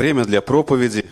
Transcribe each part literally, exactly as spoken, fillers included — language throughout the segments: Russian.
Время для проповеди.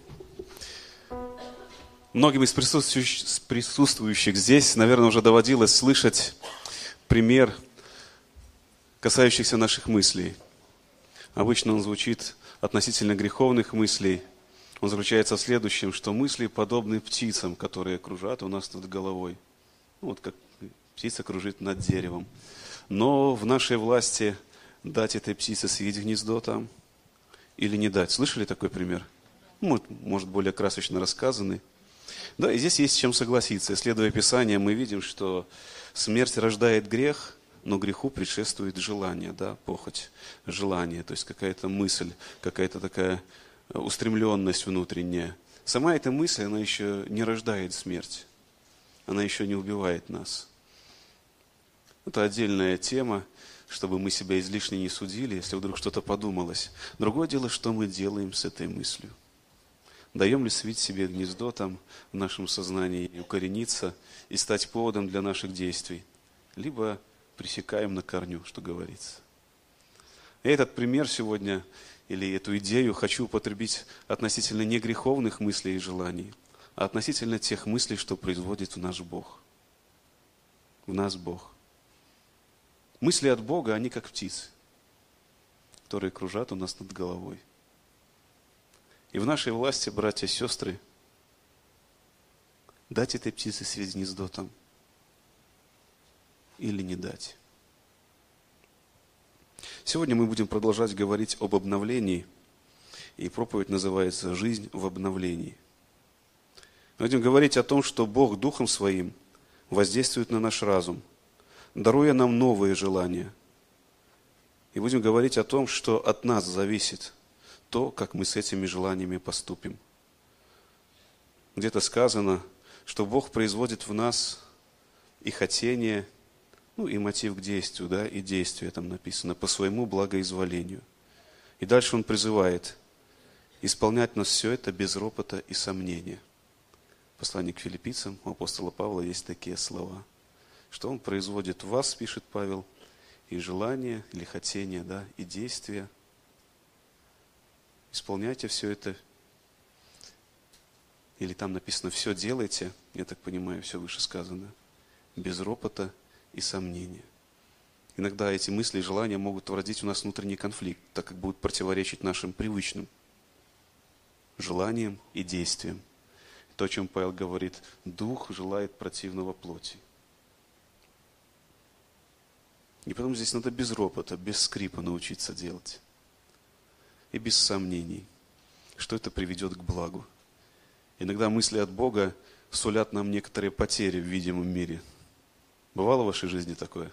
Многим из присутствующих, присутствующих здесь, наверное, уже доводилось слышать пример, касающихся наших мыслей. Обычно он звучит относительно греховных мыслей. Он заключается в следующем, что мысли подобны птицам, которые кружат у нас над головой. Ну, вот как птица кружит над деревом. Но в нашей власти дать этой птице съесть гнездо там или не дать. Слышали такой пример? Ну, может, более красочно рассказанный. Да, и здесь есть с чем согласиться. Исследуя Писание, мы видим, что смерть рождает грех, но греху предшествует желание, да, похоть, желание, то есть какая-то мысль, какая-то такая устремленность внутренняя. Сама эта мысль, она еще не рождает смерть, она еще не убивает нас. Это отдельная тема, чтобы мы себя излишне не судили, если вдруг что-то подумалось. Другое дело, что мы делаем с этой мыслью. Даем ли свить себе гнездо там в нашем сознании и укорениться, и стать поводом для наших действий, либо пресекаем на корню, что говорится. И этот пример сегодня, или эту идею хочу употребить относительно не греховных мыслей и желаний, а относительно тех мыслей, что производит в наш Бог. В нас Бог. Мысли от Бога, они как птицы, которые кружат у нас над головой. И в нашей власти, братья и сестры, дать этой птице съесть гнездо там или не дать. Сегодня мы будем продолжать говорить об обновлении, и проповедь называется «Жизнь в обновлении». Мы будем говорить о том, что Бог Духом Своим воздействует на наш разум, даруя нам новые желания. И будем говорить о том, что от нас зависит то, как мы с этими желаниями поступим. Где-то сказано, что Бог производит в нас и хотение, ну и мотив к действию, да, и действие там написано, по своему благоизволению. И дальше Он призывает исполнять нас все это без ропота и сомнения. В послании к филиппийцам у апостола Павла есть такие слова, что Он производит в вас, пишет Павел, и желание, или хотение, да, и действия. Исполняйте все это. Или там написано, все делайте, я так понимаю, все вышесказано, без ропота и сомнения. Иногда эти мысли и желания могут родить у нас внутренний конфликт, так как будут противоречить нашим привычным желаниям и действиям. То, о чем Павел говорит, дух желает противного плоти. И потом здесь надо без ропота, без скрипа научиться делать. И без сомнений, что это приведет к благу. Иногда мысли от Бога сулят нам некоторые потери в видимом мире. Бывало в вашей жизни такое?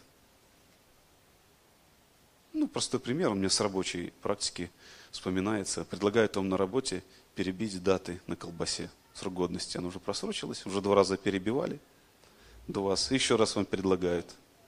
Ну, простой пример, у меня с рабочей практики вспоминается. Предлагают вам на работе перебить даты на колбасе. Срок годности, она уже просрочилась, уже два раза перебивали до вас, и еще раз вам предлагают.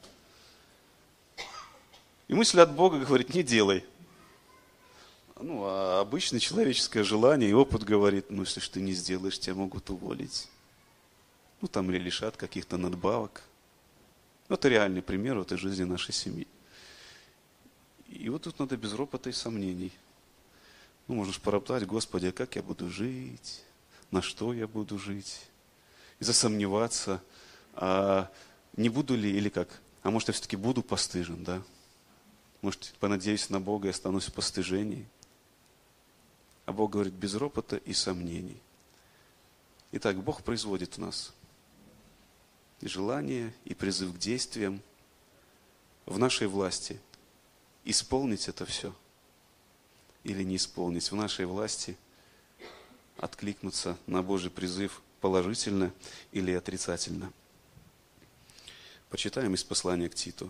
И мысль от Бога говорит, не делай. Ну, а обычное человеческое желание и опыт говорит, ну, если ж ты не сделаешь, тебя могут уволить. Ну, там или лишат каких-то надбавок. Это реальный пример в этой жизни нашей семьи. И вот тут надо без ропота и сомнений. Ну, можно же пороптать, Господи, а как я буду жить? На что я буду жить? И засомневаться, а не буду ли, или как? А может, я все-таки буду постыжен, да? Может, понадеюсь на Бога и останусь в постыжении? А Бог говорит, без ропота и сомнений. Итак, Бог производит в нас и желание, и призыв к действиям в нашей власти. Исполнить это все или не исполнить. В нашей власти откликнуться на Божий призыв положительно или отрицательно. Почитаем из послания к Титу.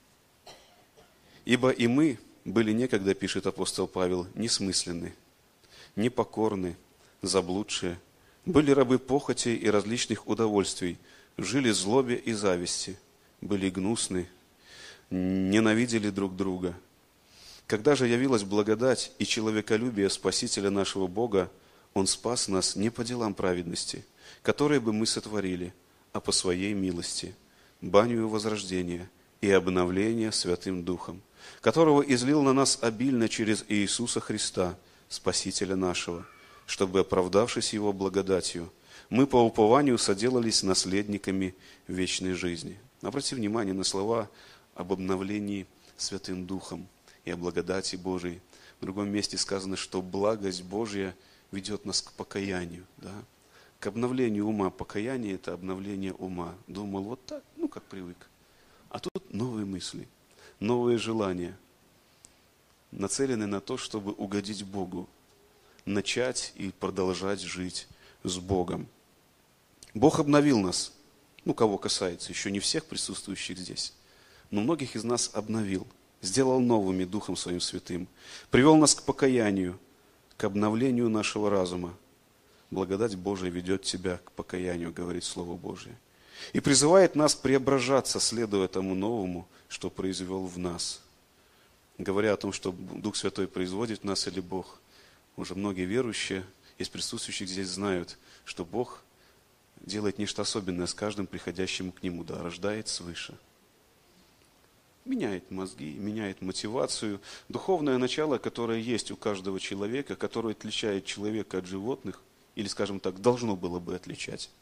«Ибо и мы были некогда, пишет апостол Павел, несмысленны, непокорны, заблудшие, были рабы похоти и различных удовольствий, жили в злобе и зависти, были гнусны, ненавидели друг друга. Когда же явилась благодать и человеколюбие Спасителя нашего Бога, Он спас нас не по делам праведности, которые бы мы сотворили, а по Своей милости, банию возрождения и обновления Святым Духом, которого излил на нас обильно через Иисуса Христа, Спасителя нашего, чтобы, оправдавшись Его благодатью, мы по упованию соделались наследниками вечной жизни. Обрати внимание на слова об обновлении Святым Духом и о благодати Божией. В другом месте сказано, что благость Божья ведет нас к покаянию. Да? К обновлению ума. Покаяние – это обновление ума. Думал вот так, ну как привык. А тут новые мысли, новые желания, нацелены на то, чтобы угодить Богу, начать и продолжать жить с Богом. Бог обновил нас, ну кого касается, еще не всех присутствующих здесь, но многих из нас обновил, сделал новыми Духом Своим Святым, привел нас к покаянию, к обновлению нашего разума. Благодать Божия ведет тебя к покаянию, говорит Слово Божие. И призывает нас преображаться, следуя тому новому, что произвел в нас. Говоря о том, что Дух Святой производит в нас или Бог, уже многие верующие из присутствующих здесь знают, что Бог делает нечто особенное с каждым приходящим к Нему, да, рождает свыше. Меняет мозги, меняет мотивацию. Духовное начало, которое есть у каждого человека, которое отличает человека от животных, или, скажем так, должно было бы отличать.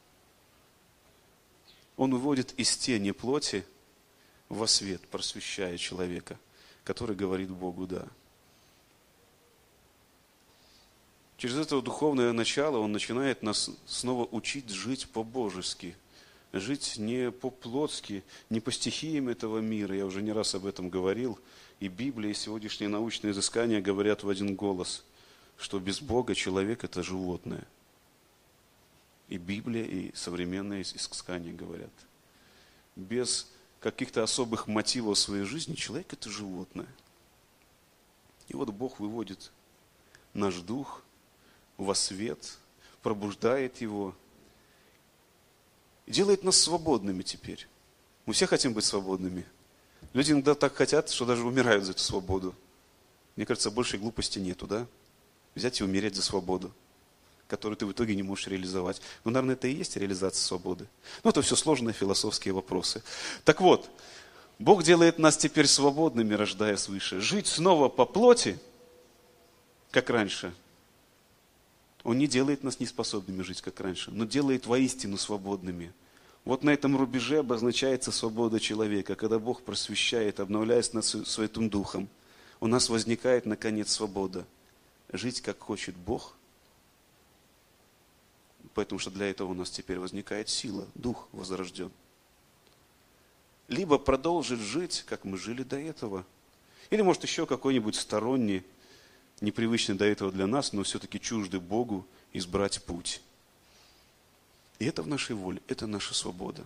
Он выводит из тени плоти во свет, просвещая человека, который говорит Богу «да». Через это духовное начало он начинает нас снова учить жить по-божески, жить не по-плотски, не по стихиям этого мира. Я уже не раз об этом говорил. И Библия, и сегодняшние научные изыскания говорят в один голос, что без Бога человек – это животное. И Библия, и современные изыскания говорят. Без каких-то особых мотивов в своей жизни человек – это животное. И вот Бог выводит наш дух во свет, пробуждает его и делает нас свободными теперь. Мы все хотим быть свободными. Люди иногда так хотят, что даже умирают за эту свободу. Мне кажется, большей глупости нету, да? Взять и умереть за свободу, которую ты в итоге не можешь реализовать. Ну, наверное, это и есть реализация свободы. Ну, это все сложные философские вопросы. Так вот, Бог делает нас теперь свободными, рождая свыше. Жить снова по плоти, как раньше, Он не делает нас неспособными жить, как раньше, но делает воистину свободными. Вот на этом рубеже обозначается свобода человека, когда Бог просвещает, обновляясь над Святым Духом. У нас возникает, наконец, свобода. Жить, как хочет Бог, потому что для этого у нас теперь возникает сила, Дух возрожден. Либо продолжить жить, как мы жили до этого, или, может, еще какой-нибудь сторонний, непривычный до этого для нас, но все-таки чуждый Богу, избрать путь. И это в нашей воле, это наша свобода.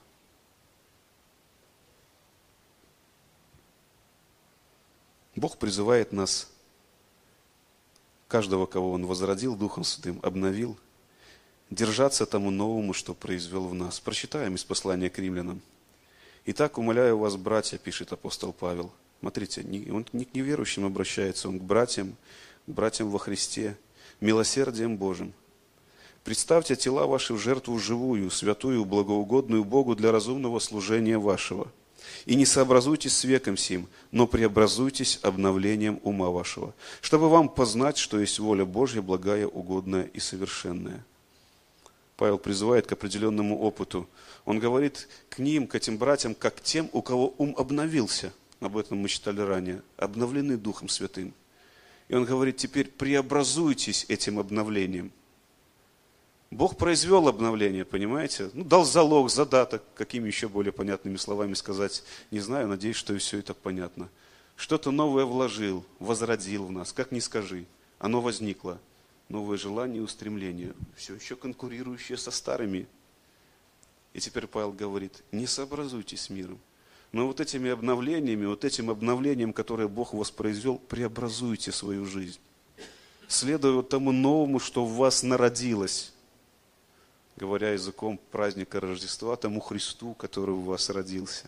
Бог призывает нас, каждого, кого Он возродил Духом Святым, обновил, держаться тому новому, что произвел в нас. Прочитаем из послания к римлянам. «Итак, умоляю вас, братья», пишет апостол Павел. Смотрите, он не к неверующим обращается, он к братьям, к братьям во Христе, милосердием Божьим. «Представьте тела ваши в жертву живую, святую, благоугодную Богу для разумного служения вашего. И не сообразуйтесь с веком сим, но преобразуйтесь обновлением ума вашего, чтобы вам познать, что есть воля Божья, благая, угодная и совершенная». Павел призывает к определенному опыту. Он говорит к ним, к этим братьям, как тем, у кого ум обновился. Об этом мы читали ранее. Обновлены Духом Святым. И он говорит, теперь преобразуйтесь этим обновлением. Бог произвел обновление, понимаете? Ну, дал залог, задаток, какими еще более понятными словами сказать, не знаю, надеюсь, что и все это понятно. Что-то новое вложил, возродил в нас, как ни скажи, оно возникло. Новые желания и устремления, все еще конкурирующие со старыми. И теперь Павел говорит, не сообразуйтесь с миром, но вот этими обновлениями, вот этим обновлением, которое Бог воспроизвел, преобразуйте свою жизнь. Следуя вот тому новому, что в вас народилось, говоря языком праздника Рождества, тому Христу, который в вас родился.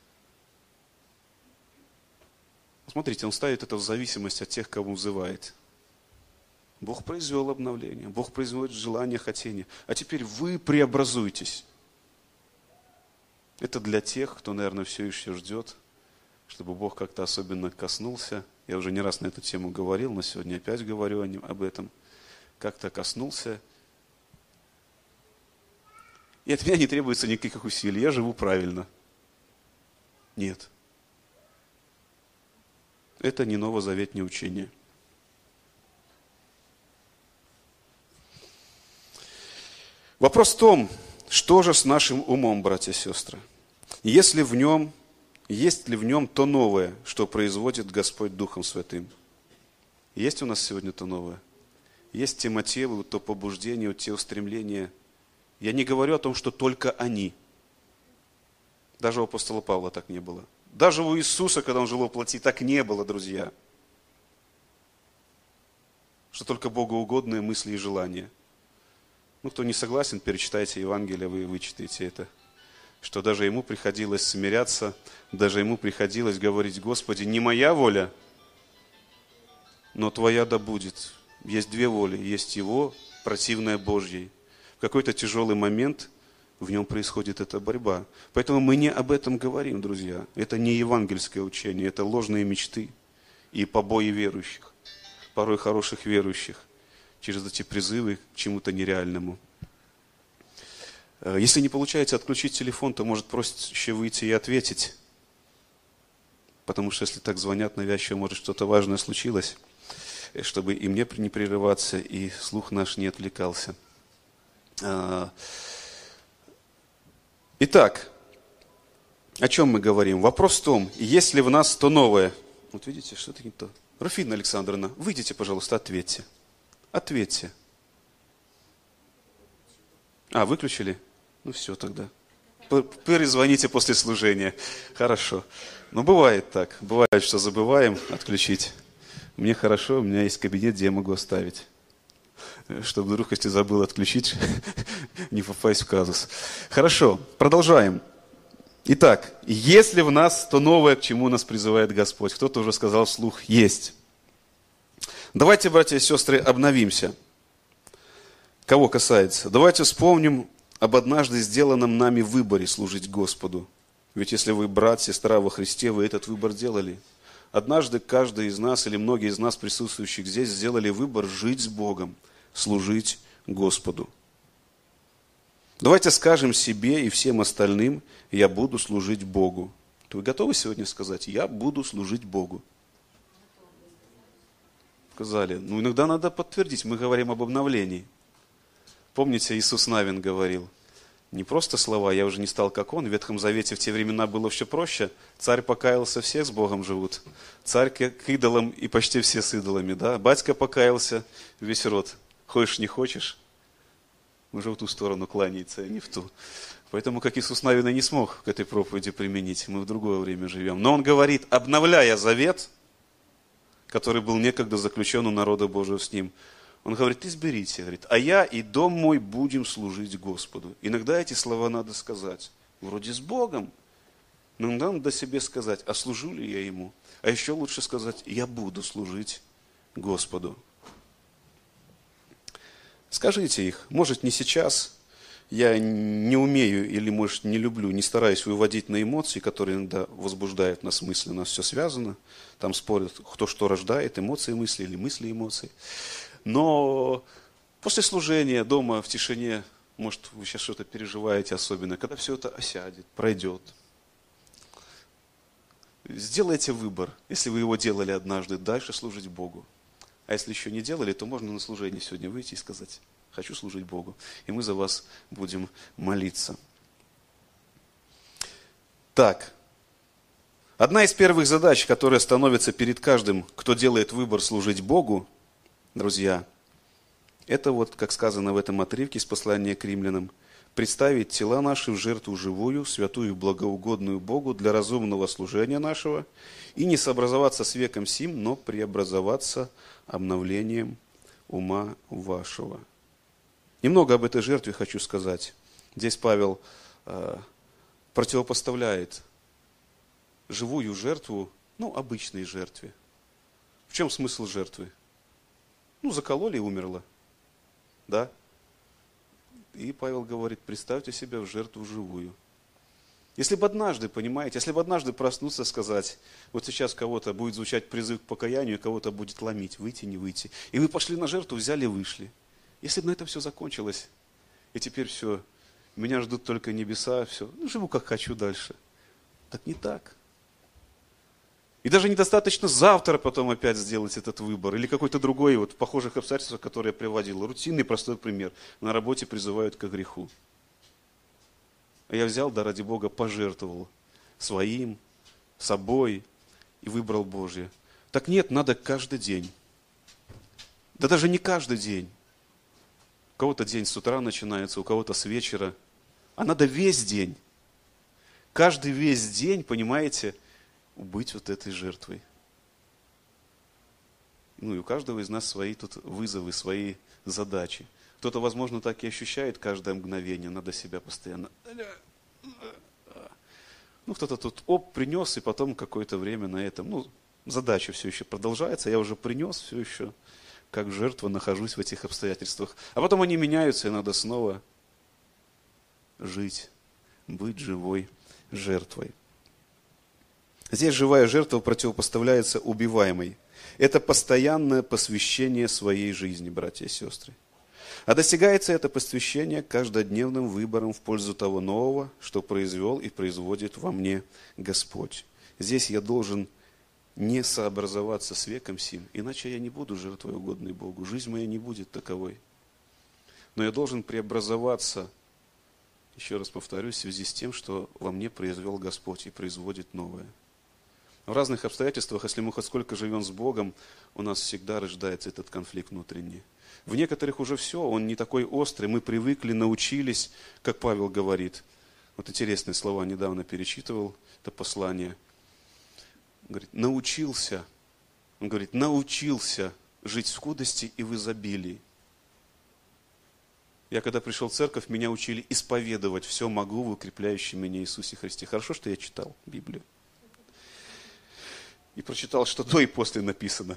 Смотрите, он ставит это в зависимость от тех, кого взывает. Бог произвел обновление, Бог производит желание, хотение. А теперь вы преобразуйтесь. Это для тех, кто, наверное, все еще ждет, чтобы Бог как-то особенно коснулся Я уже не раз на эту тему говорил, но сегодня опять говорю об этом. Как-то коснулся. И от меня не требуется никаких усилий. Я живу правильно. Нет. Это не новозаветнее учение. Вопрос в том, что же с нашим умом, братья и сестры? Если в нем, есть ли в нем то новое, что производит Господь Духом Святым? Есть у нас сегодня то новое? Есть те мотивы, то побуждение, те устремления. Я не говорю о том, что только они. Даже у апостола Павла так не было. Даже у Иисуса, когда Он жил во плоти, так не было, друзья. Что только богоугодные мысли и желания. Ну, кто не согласен, перечитайте Евангелие, вы вычитаете это. Что даже ему приходилось смиряться, даже ему приходилось говорить: Господи, не моя воля, но Твоя да будет. Есть две воли, есть Его, противная Божьей. В какой-то тяжелый момент в нем происходит эта борьба. Поэтому мы не об этом говорим, друзья. Это не евангельское учение, это ложные мечты и побои верующих, порой хороших верующих, через эти призывы к чему-то нереальному. Если не получается отключить телефон, то может проще выйти и ответить. Потому что если так звонят навязчиво, может что-то важное случилось, чтобы и мне не прерываться, и слух наш не отвлекался. Итак, о чем мы говорим? Вопрос в том, есть ли в нас то новое. Вот видите, что-то не то. Руфина Александровна, выйдите, пожалуйста, ответьте. Ответьте. А, выключили? Ну все тогда. Перезвоните после служения. Хорошо. Но бывает так. Бывает, что забываем отключить. Мне хорошо, у меня есть кабинет, где я могу оставить. Чтобы вдруг, если забыл отключить, не попасть в казус. Хорошо, продолжаем. Итак, есть ли в нас то новое, к чему нас призывает Господь? Кто-то уже сказал вслух: есть. Давайте, братья и сестры, обновимся. Кого касается? Давайте вспомним об однажды сделанном нами выборе служить Господу. Ведь если вы брат, сестра во Христе, вы этот выбор делали. Однажды каждый из нас или многие из нас, присутствующих здесь, сделали выбор жить с Богом, служить Господу. Давайте скажем себе и всем остальным: я буду служить Богу. Вы готовы сегодня сказать: я буду служить Богу? Сказали. Ну, иногда надо подтвердить, мы говорим об обновлении. Помните, Иисус Навин говорил: не просто слова, я уже не стал как он. В Ветхом Завете в те времена было все проще. Царь покаялся, все с Богом живут. Царь к идолам, и почти все с идолами. Да? Батька покаялся, весь род. Хочешь, не хочешь, уже в ту сторону кланяется, а не в ту. Поэтому, как Иисус Навин и не смог к этой проповеди применить, мы в другое время живем. Но он говорит, обновляя завет, который был некогда заключен у народа Божьего с ним, он говорит: изберите, говорит, а я и дом мой будем служить Господу. Иногда эти слова надо сказать. Вроде с Богом. Но иногда надо себе сказать: а служу ли я Ему? А еще лучше сказать: я буду служить Господу. Скажите их. Может, не сейчас. Я не умею или, может, не люблю, не стараюсь выводить на эмоции, которые иногда возбуждают нас мысли. У нас все связано. Там спорят, кто что рождает, эмоции, мысли или мысли, эмоции. Но после служения дома в тишине, может, вы сейчас что-то переживаете особенно, когда все это осядет, пройдет. Сделайте выбор, если вы его делали однажды, дальше служить Богу. А если еще не делали, то можно на служение сегодня выйти и сказать: хочу служить Богу. И мы за вас будем молиться. Так. Одна из первых задач, которая становится перед каждым, кто делает выбор служить Богу, друзья, это вот, как сказано в этом отрывке из послания к римлянам, представить тела наши в жертву живую, святую, благоугодную Богу для разумного служения нашего, и не сообразоваться с веком сим, но преобразоваться обновлением ума вашего. Немного об этой жертве хочу сказать. Здесь Павел э, противопоставляет живую жертву, ну, обычной жертве. В чем смысл жертвы? Ну, закололи и умерла. Да? И Павел говорит: представьте себя в жертву живую. Если бы однажды, понимаете, если бы однажды проснуться, сказать, вот сейчас кого-то будет звучать призыв к покаянию, и кого-то будет ломить, выйти, не выйти. И вы пошли на жертву, взяли, вышли. Если бы на этом все закончилось, и теперь все, меня ждут только небеса, все, ну, живу как хочу дальше. Так не так. И даже недостаточно завтра потом опять сделать этот выбор. Или какой-то другой, вот в похожих обстоятельствах, которые я приводил. Рутинный простой пример. На работе призывают к греху. А я взял, да ради Бога пожертвовал своим, собой и выбрал Божье. Так нет, надо каждый день. Да даже не каждый день. У кого-то день с утра начинается, у кого-то с вечера. А надо весь день. Каждый весь день, понимаете, быть вот этой жертвой. Ну и у каждого из нас свои тут вызовы, свои задачи. Кто-то, возможно, так и ощущает каждое мгновение, надо себя постоянно... Ну, кто-то тут оп, принес, и потом какое-то время на этом, ну, задача все еще продолжается, я уже принес, все еще как жертва нахожусь в этих обстоятельствах. А потом они меняются, и надо снова жить, быть живой жертвой. Здесь живая жертва противопоставляется убиваемой. Это постоянное посвящение своей жизни, братья и сестры. А достигается это посвящение каждодневным выбором в пользу того нового, что произвел и производит во мне Господь. Здесь я должен не сообразоваться с веком сим, иначе я не буду жертвой угодной Богу. Жизнь моя не будет таковой. Но я должен преобразоваться, еще раз повторюсь, в связи с тем, что во мне произвел Господь и производит новое. В разных обстоятельствах, если мы хоть сколько живем с Богом, у нас всегда рождается этот конфликт внутренний. В некоторых уже все, он не такой острый, мы привыкли, научились, как Павел говорит. Вот интересные слова недавно перечитывал, это послание. Он говорит, научился, он говорит, научился жить в скудости и в изобилии. Я когда пришел в церковь, меня учили исповедовать все могу в укрепляющем меня Иисусе Христе. Хорошо, что я читал Библию. И прочитал, что до и после написано.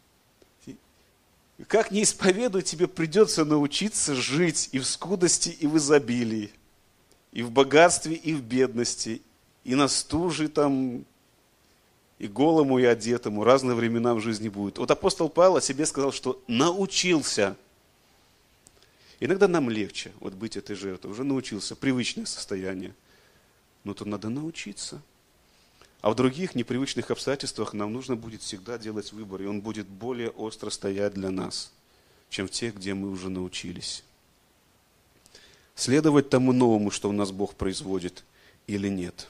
Как не исповедуй, тебе придется научиться жить и в скудости, и в изобилии, и в богатстве, и в бедности, и на стуже там, и голому, и одетому. Разные времена в жизни будут. Вот апостол Павел о себе сказал, что научился. Иногда нам легче вот быть этой жертвой. Уже научился, привычное состояние. Но тут надо научиться. А в других непривычных обстоятельствах нам нужно будет всегда делать выбор, и он будет более остро стоять для нас, чем в тех, где мы уже научились. Следовать тому новому, что у нас Бог производит, или нет.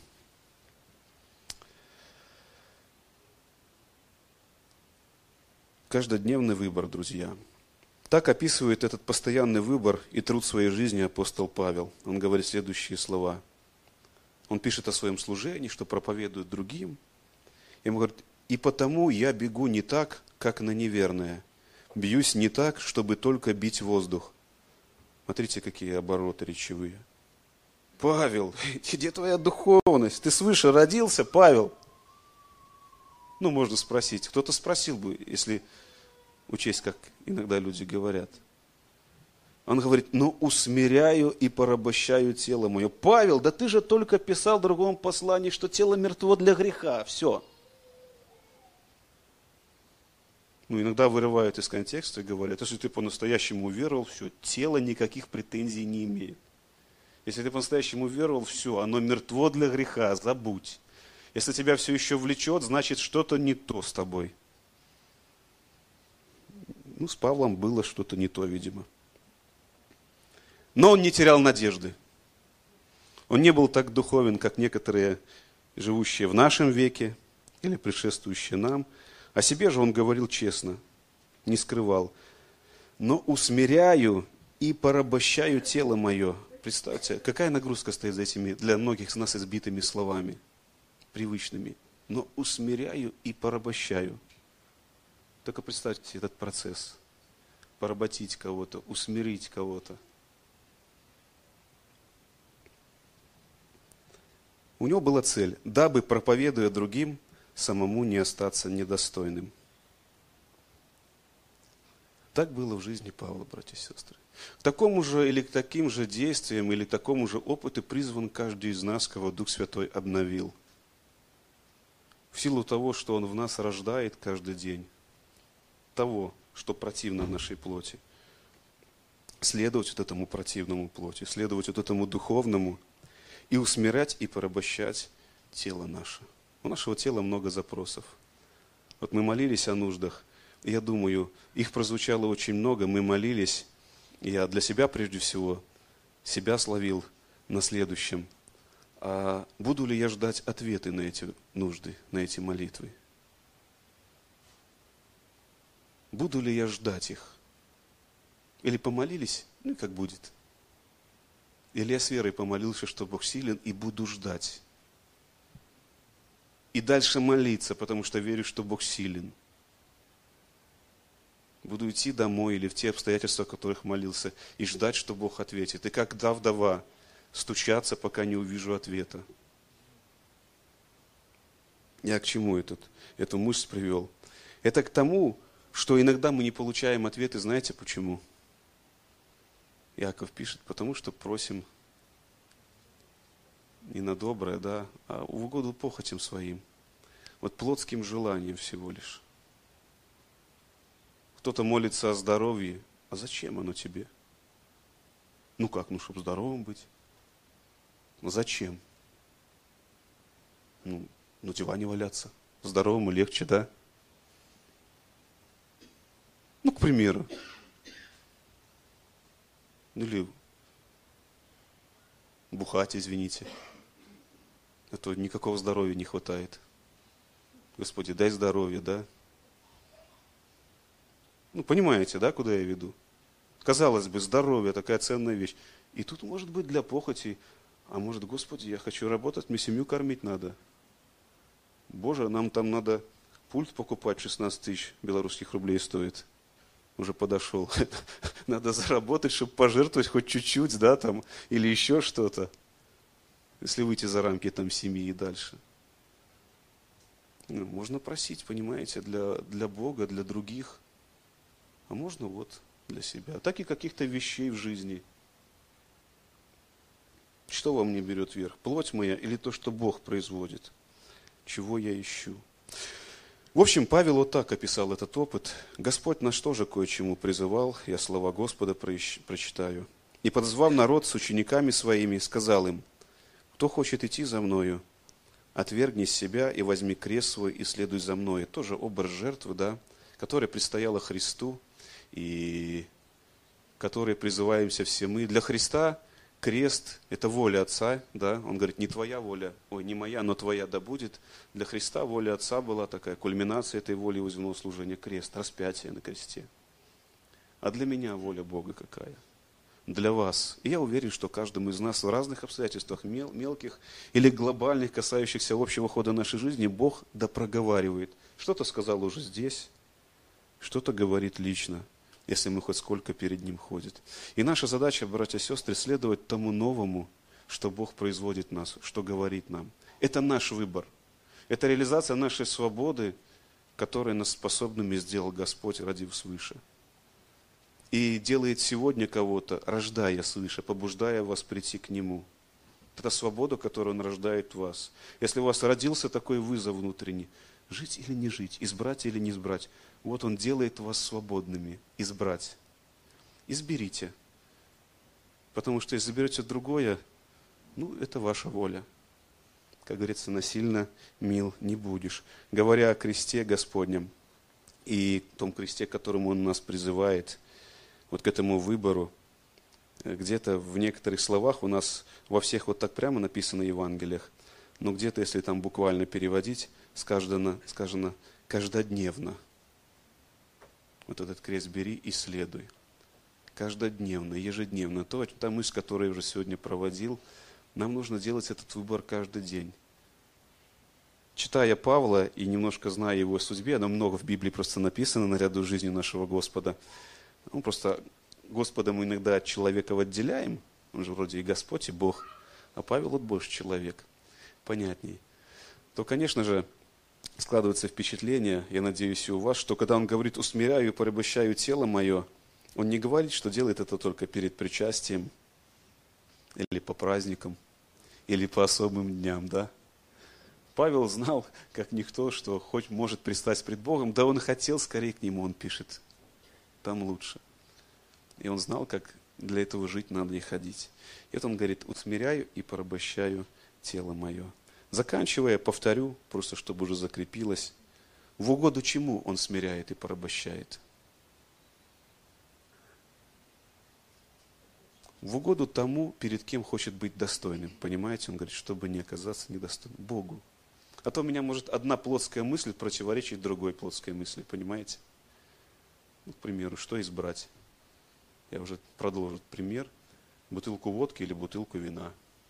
Каждодневный выбор, друзья. Так описывает этот постоянный выбор и труд своей жизни апостол Павел. Он говорит следующие слова. Он пишет о своем служении, что проповедует другим. И он говорит, и потому я бегу не так, как на неверное. Бьюсь не так, чтобы только бить воздух. Смотрите, какие обороты речевые. Павел, где твоя духовность? Ты свыше родился, Павел? Ну, можно спросить. Кто-то спросил бы, если учесть, как иногда люди говорят. Он говорит, ну усмиряю и порабощаю тело мое. Павел, да ты же только писал в другом послании, что тело мертво для греха. Все. Ну, иногда вырывают из контекста и говорят, если ты по-настоящему уверовал, все, тело никаких претензий не имеет. Если ты по-настоящему уверовал, все, оно мертво для греха, забудь. Если тебя все еще влечет, значит что-то не то с тобой. Ну, с Павлом было что-то не то, видимо. Но он не терял надежды. Он не был так духовен, как некоторые, живущие в нашем веке или предшествующие нам. О себе же он говорил честно, не скрывал. Но усмиряю и порабощаю тело мое. Представьте, какая нагрузка стоит за этими для многих из нас избитыми словами, привычными. Но усмиряю и порабощаю. Только представьте этот процесс. Поработить кого-то, усмирить кого-то. У него была цель, дабы, проповедуя другим, самому не остаться недостойным. Так было в жизни Павла, братья и сестры. К такому же или к таким же действиям, или к такому же опыту призван каждый из нас, кого Дух Святой обновил. В силу того, что Он в нас рождает каждый день, того, что противно нашей плоти. Следовать вот этому противному плоти, следовать вот этому духовному и усмирять и порабощать тело наше. У нашего тела много запросов. Вот мы молились о нуждах, и я думаю, их прозвучало очень много, мы молились, и я для себя прежде всего, себя словил на следующем. А буду ли я ждать ответы на эти нужды, на эти молитвы? Буду ли я ждать их? Или помолились, ну и как будет. Или я с верой помолился, что Бог силен, и буду ждать. И дальше молиться, потому что верю, что Бог силен. Буду идти домой или в те обстоятельства, о которых молился, и ждать, что Бог ответит. И как та вдова, стучаться, пока не увижу ответа. Я к чему этот, эту мысль привел? Это к тому, что иногда мы не получаем ответы, знаете почему? Иаков пишет, потому что просим не на доброе, да, а в угоду похотям своим. Вот плотским желанием всего лишь. Кто-то молится о здоровье, а зачем оно тебе? Ну как, ну чтобы здоровым быть. Ну зачем? Ну, на диване валяться. Здоровому легче, да? Ну, к примеру. Или бухать, извините. А то никакого здоровья не хватает. Господи, дай здоровье, да? Ну, понимаете, да, куда я веду? Казалось бы, здоровье такая ценная вещь. И тут может быть для похоти, а может, Господи, я хочу работать, мне семью кормить надо. Боже, нам там надо пульт покупать, шестнадцать тысяч белорусских рублей стоит. Уже подошел. Надо заработать, чтобы пожертвовать хоть чуть-чуть, да, там, или еще что-то. Если выйти за рамки там семьи и дальше. Ну, можно просить, понимаете, для, для Бога, для других. А можно вот для себя. Так и каких-то вещей в жизни. Что во мне берет верх? Плоть моя или то, что Бог производит? Чего я ищу? В общем, Павел вот так описал этот опыт. Господь нас тоже кое-чему призывал, я слова Господа прочитаю. «И подозвав народ с учениками своими, сказал им, кто хочет идти за мною, отвергни себя и возьми крест свой и следуй за мною». Тоже образ жертвы, да, которая предстояла Христу и которой призываемся все мы. Для Христа крест – это воля Отца, да, он говорит, не твоя воля, ой, не моя, но твоя да будет. Для Христа воля Отца была такая, кульминация этой воли его земного служения, крест, распятие на кресте. А для меня воля Бога какая? Для вас. И я уверен, что каждому из нас в разных обстоятельствах, мел, мелких или глобальных, касающихся общего хода нашей жизни, Бог да проговаривает. Что-то сказал уже здесь, что-то говорит лично, если мы хоть сколько перед Ним ходит. И наша задача, братья и сестры, следовать тому новому, что Бог производит в нас, что говорит нам. Это наш выбор. Это реализация нашей свободы, которой нас способными сделал Господь, родив свыше. И делает сегодня кого-то, рождая свыше, побуждая вас прийти к Нему. Это свобода, которую Он рождает в вас. Если у вас родился такой вызов внутренний, жить или не жить, избрать или не избрать, вот Он делает вас свободными, избрать. Изберите. Потому что если заберете другое, ну, это ваша воля. Как говорится, насильно мил не будешь. Говоря о кресте Господнем и том кресте, к которому Он нас призывает, вот к этому выбору, где-то в некоторых словах у нас во всех вот так прямо написано в Евангелиях, но где-то, если там буквально переводить, сказано, сказано каждодневно. Вот этот крест бери и следуй. Каждодневно, ежедневно. То, та мысль, которую я уже сегодня проводил, нам нужно делать этот выбор каждый день. Читая Павла и немножко зная его судьбе, оно много в Библии просто написано наряду с жизнью нашего Господа. Ну, просто Господа мы иногда от человека отделяем, он же вроде и Господь, и Бог, а Павел вот больше человек, понятней. То, конечно же, складывается впечатление, я надеюсь, и у вас, что когда он говорит «усмиряю и порабощаю тело мое», он не говорит, что делает это только перед причастием, или по праздникам, или по особым дням, да? Павел знал, как никто, что хоть может предстать пред Богом, да он хотел скорее к Нему, он пишет, там лучше. И он знал, как для этого жить надо и ходить. И это он говорит, усмиряю и порабощаю тело мое. Заканчивая, повторю, просто чтобы уже закрепилось, в угоду чему он смиряет и порабощает? В угоду тому, перед кем хочет быть достойным. Понимаете, он говорит, чтобы не оказаться недостойным. Богу. А то у меня может одна плотская мысль противоречить другой плотской мысли. Понимаете? Ну, к примеру, что избрать? Я уже продолжу пример. Бутылку водки или бутылку вина.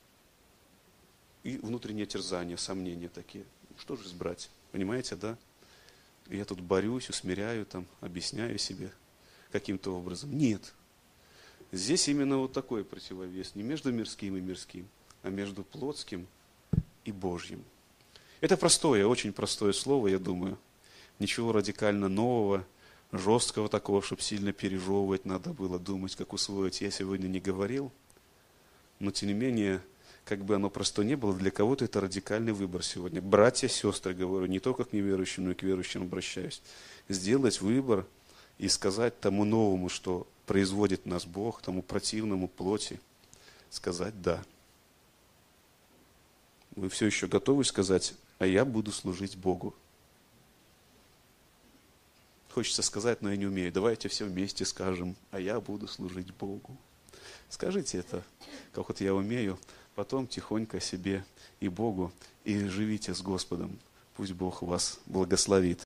И внутреннее терзание, сомнения такие. Что же избрать? Понимаете, да? Я тут борюсь, усмиряю, там, объясняю себе каким-то образом. Нет. Здесь именно вот такой противовес. Не между мирским и мирским, а между плотским и Божьим. Это простое, очень простое слово, я думаю. Ничего радикально нового, жесткого такого, чтобы сильно пережевывать надо было, думать, как усвоить, я сегодня не говорил. Но тем не менее, как бы оно просто не было, для кого-то это радикальный выбор сегодня. Братья, сестры, говорю, не только к неверующим, но и к верующим обращаюсь. Сделать выбор и сказать тому новому, что производит нас Бог, тому противному плоти, сказать «да». Вы все еще готовы сказать, а я буду служить Богу? Хочется сказать, но я не умею. Давайте все вместе скажем, а я буду служить Богу. Скажите это, как вот я умею, потом тихонько себе и Богу, и живите с Господом. Пусть Бог вас благословит.